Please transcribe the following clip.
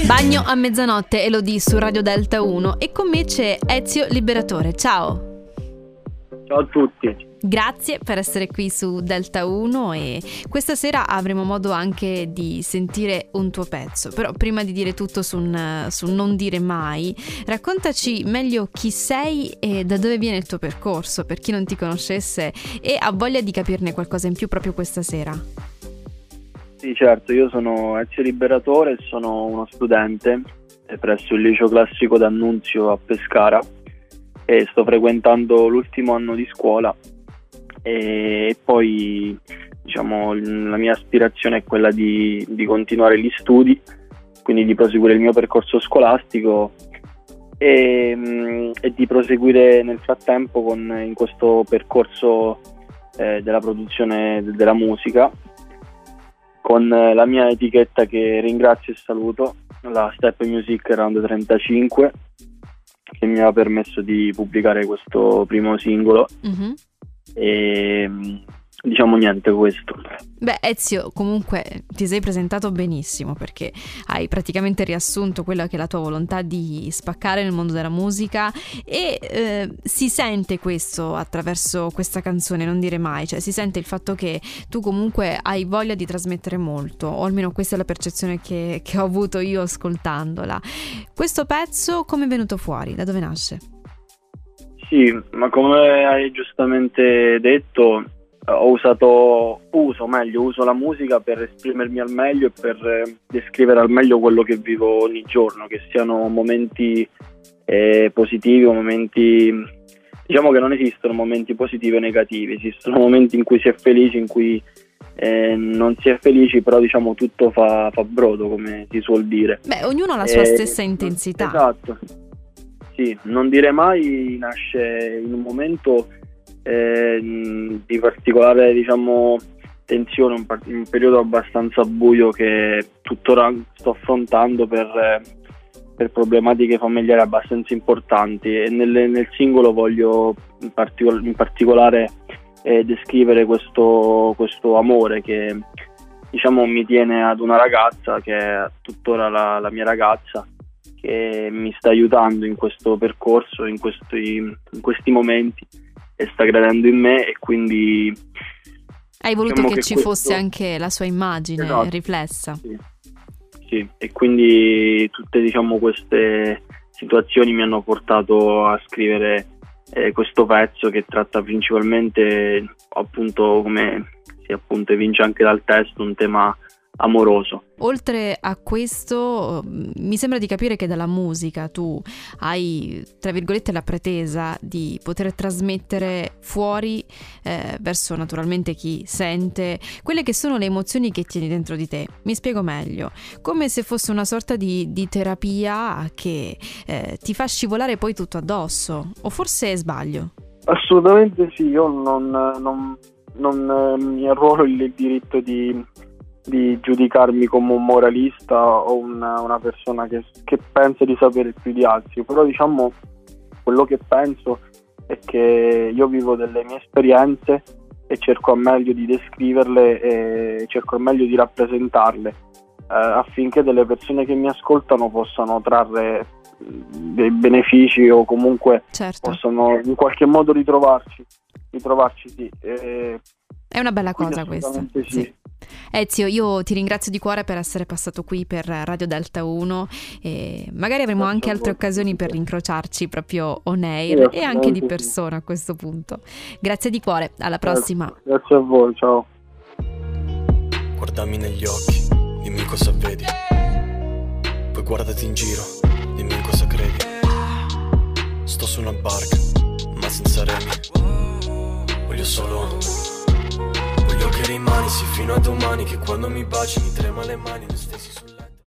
Bagno a mezzanotte, Elodie su Radio Delta 1 e con me c'è Ezio Liberatore. Ciao. Ciao a tutti. Grazie per essere qui su Delta 1 e questa sera avremo modo anche di sentire un tuo pezzo. Però prima di dire tutto su Non dire mai, raccontaci meglio chi sei e da dove viene il tuo percorso, per chi non ti conoscesse e ha voglia di capirne qualcosa in più proprio questa sera. Sì, certo, io sono Ezio Liberatore e sono uno studente presso il liceo classico d'Annunzio a Pescara e sto frequentando l'ultimo anno di scuola e poi diciamo la mia aspirazione è quella di continuare gli studi, quindi di proseguire il mio percorso scolastico e di proseguire nel frattempo in questo percorso della produzione della musica con la mia etichetta che ringrazio e saluto, la Step Music Round 35, che mi ha permesso di pubblicare questo primo singolo. Mm-hmm. E diciamo niente, questo. Beh, Ezio, comunque ti sei presentato benissimo perché hai praticamente riassunto quella che è la tua volontà di spaccare nel mondo della musica e si sente questo attraverso questa canzone Non dire mai, cioè si sente il fatto che tu comunque hai voglia di trasmettere molto, o almeno questa è la percezione che ho avuto io ascoltandola. Questo pezzo come è venuto fuori? Da dove nasce? Sì, ma come hai giustamente detto, uso la musica per esprimermi al meglio e per descrivere al meglio quello che vivo ogni giorno, che siano momenti positivi o momenti, diciamo che non esistono momenti positivi o negativi, esistono momenti in cui si è felici, in cui non si è felici, però diciamo tutto fa brodo, come si suol dire. Beh, ognuno ha la sua stessa intensità. Esatto. Sì, Non dire mai nasce in un momento di particolare, diciamo, tensione, un periodo abbastanza buio che tuttora sto affrontando per problematiche familiari abbastanza importanti e nel singolo voglio in particolare descrivere questo amore che diciamo mi tiene ad una ragazza che è tuttora la mia ragazza, che mi sta aiutando in questo percorso, in questi momenti, e sta credendo in me, e quindi hai voluto diciamo che ci fosse anche la sua immagine, esatto, riflessa. Sì, e quindi tutte diciamo queste situazioni mi hanno portato a scrivere questo pezzo, che tratta principalmente, appunto, come si appunto evince anche dal testo, un tema amoroso. Oltre a questo, mi sembra di capire che dalla musica tu hai, tra virgolette, la pretesa di poter trasmettere fuori verso naturalmente chi sente quelle che sono le emozioni che tieni dentro di te. Mi spiego meglio, come se fosse una sorta di terapia che ti fa scivolare poi tutto addosso, o forse sbaglio? Assolutamente sì, io non mi arruolo il diritto di giudicarmi come un moralista o una persona che pensa di sapere più di altri, però diciamo quello che penso è che io vivo delle mie esperienze e cerco al meglio di descriverle e cerco al meglio di rappresentarle affinché delle persone che mi ascoltano possano trarre dei benefici o comunque certo, possano in qualche modo ritrovarci sì. È una bella cosa questa. Sì. Ezio, io ti ringrazio di cuore per essere passato qui per Radio Delta 1 e magari avremo anche altre occasioni per rincrociarci proprio on air e anche di persona a questo punto. Grazie di cuore, alla prossima. Grazie a voi, ciao. Guardami negli occhi, dimmi cosa vedi, poi guardati in giro, dimmi in cosa credi. Sto su una barca, ma senza remi, voglio solo... Voglio che rimani, sì, fino a domani, che quando mi baci mi trema le mani, le stessi sulle...